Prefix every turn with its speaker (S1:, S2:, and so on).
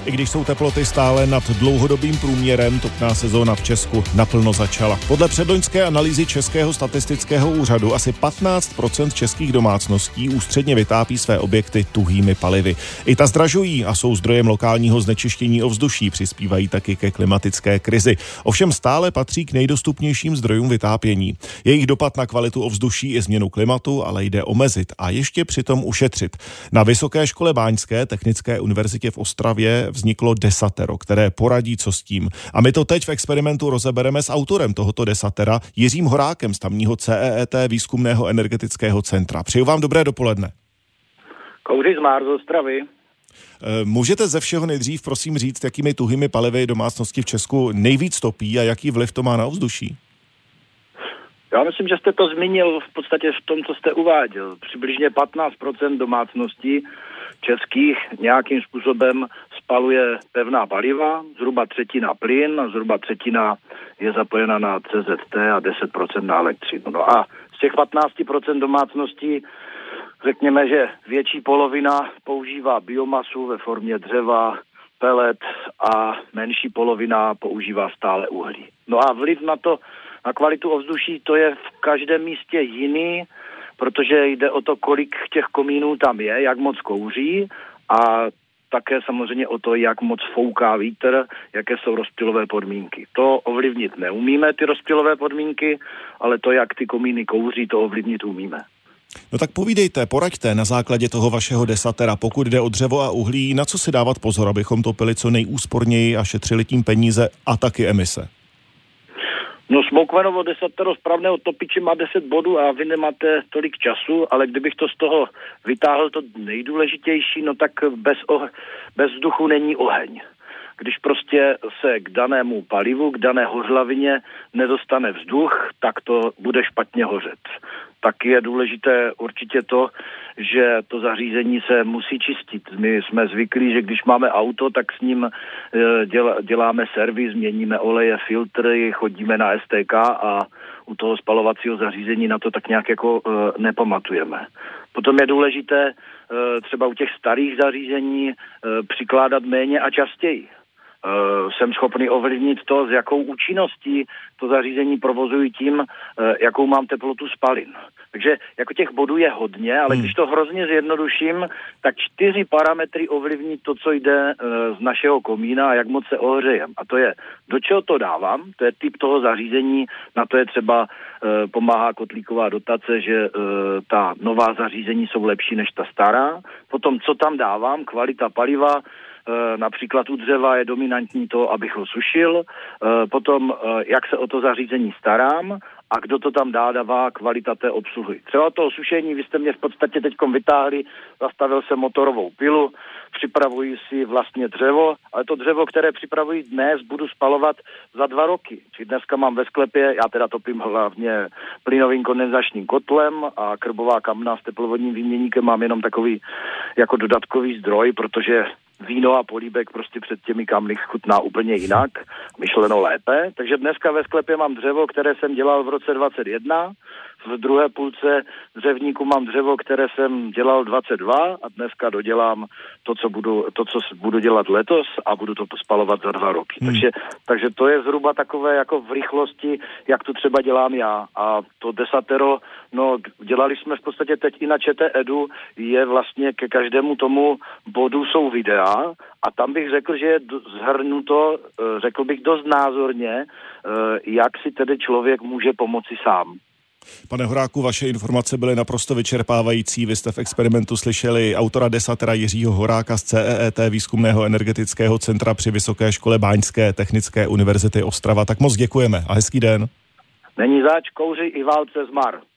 S1: I když jsou teploty stále nad dlouhodobým průměrem, topná sezóna v Česku naplno začala. Podle předloňské analýzy Českého statistického úřadu asi 15% českých domácností ústředně vytápí své objekty tuhými palivy. I ta zdražují a jsou zdrojem lokálního znečištění ovzduší, přispívají taky ke klimatické krizi. Ovšem stále patří k nejdostupnějším zdrojům vytápění. Jejich dopad na kvalitu ovzduší i změnu klimatu ale jde omezit a ještě přitom ušetřit. Na Vysoké škole báňské Technické univerzitě v Ostravě vzniklo desatero, které poradí, co s tím. A my to teď v experimentu rozebereme s autorem tohoto desatera, Jiřím Horákem z tamního CEET Výzkumného energetického centra. Přeju vám dobré dopoledne.
S2: Kouři Zmár z Ostravy.
S1: Můžete ze všeho nejdřív prosím říct, jakými tuhými palivy domácnosti v Česku nejvíc topí a jaký vliv to má na ovzduší?
S2: Já myslím, že jste to zmínil v podstatě v tom, co jste uváděl. Přibližně 15% domácností českých nějakým způsobem spaluje pevná paliva, zhruba třetina plyn a zhruba třetina je zapojena na CZT a 10% na elektřinu. No a z těch 15% domácností řekněme, že větší polovina používá biomasu ve formě dřeva, pelet a menší polovina používá stále uhlí. No a vliv na to, na kvalitu ovzduší, to je v každém místě jiný, protože jde o to, kolik těch komínů tam je, jak moc kouří a také samozřejmě o to, jak moc fouká vítr, jaké jsou rozptylové podmínky. To ovlivnit neumíme, ty rozptylové podmínky, ale to, jak ty komíny kouří, to ovlivnit umíme.
S1: No tak povídejte, poraďte na základě toho vašeho desatera, pokud jde o dřevo a uhlí, na co si dávat pozor, abychom topili co nejúsporněji a šetřili tím peníze a taky emise.
S2: No Smokvanovo desatero správného topiče má 10 bodů a vy nemáte tolik času, ale kdybych to z toho vytáhl to nejdůležitější, no tak bez vzduchu není oheň. Když prostě se k danému palivu, k dané hořlavině nedostane vzduch, tak to bude špatně hořet. Tak je důležité určitě to, že to zařízení se musí čistit. My jsme zvyklí, že když máme auto, tak s ním děláme servis, měníme oleje, filtry, chodíme na STK a u toho spalovacího zařízení na to tak nějak jako nepamatujeme. Potom je důležité třeba u těch starých zařízení přikládat méně a častěji. Jsem schopný ovlivnit to, s jakou účinností to zařízení provozují tím, jakou mám teplotu spalin. Takže jako těch bodů je hodně, ale když to hrozně zjednoduším, tak 4 parametry ovlivní to, co jde z našeho komína a jak moc se ohřejem. A to je, do čeho to dávám, to je typ toho zařízení, na to je třeba pomáhá kotlíková dotace, že ta nová zařízení jsou lepší než ta stará. Potom, co tam dávám, kvalita paliva, například u dřeva je dominantní to, abych ho sušil, potom jak se o to zařízení starám a kdo to tam dává, kvalita té obsluhy. Třeba toho sušení, vy jste mě v podstatě teďkom vytáhli, zastavil jsem motorovou pilu, připravuji si vlastně dřevo, ale to dřevo, které připravuji dnes, budu spalovat za 2 roky. Či dneska mám ve sklepě, já teda topím hlavně plynovým kondenzačním kotlem a krbová kamna s teplovodním výměníkem mám jenom takový jako dodatkový zdroj, protože víno a políbek prostě před těmi kamny chutná úplně jinak, myšleno lépe. Takže dneska ve sklepě mám dřevo, které jsem dělal v roce 2021. V druhé půlce dřevníku mám dřevo, které jsem dělal 22 a dneska dodělám to, co budu dělat letos a budu to spalovat za 2 roky. Takže to je zhruba takové jako v rychlosti, jak to třeba dělám já. A to desatero, no dělali jsme v podstatě teď i na ČT-Edu, je vlastně ke každému tomu bodu jsou videa a tam bych řekl, že je zhrnuto, řekl bych dost názorně, jak si tedy člověk může pomoci sám.
S1: Pane Horáku, vaše informace byly naprosto vyčerpávající. Vy jste v experimentu slyšeli autora desatera Jiřího Horáka z CEET Výzkumného energetického centra při Vysoké škole báňské Technické univerzity Ostrava. Tak moc děkujeme a hezký den.
S2: Není zač, kouři i válce Zmar.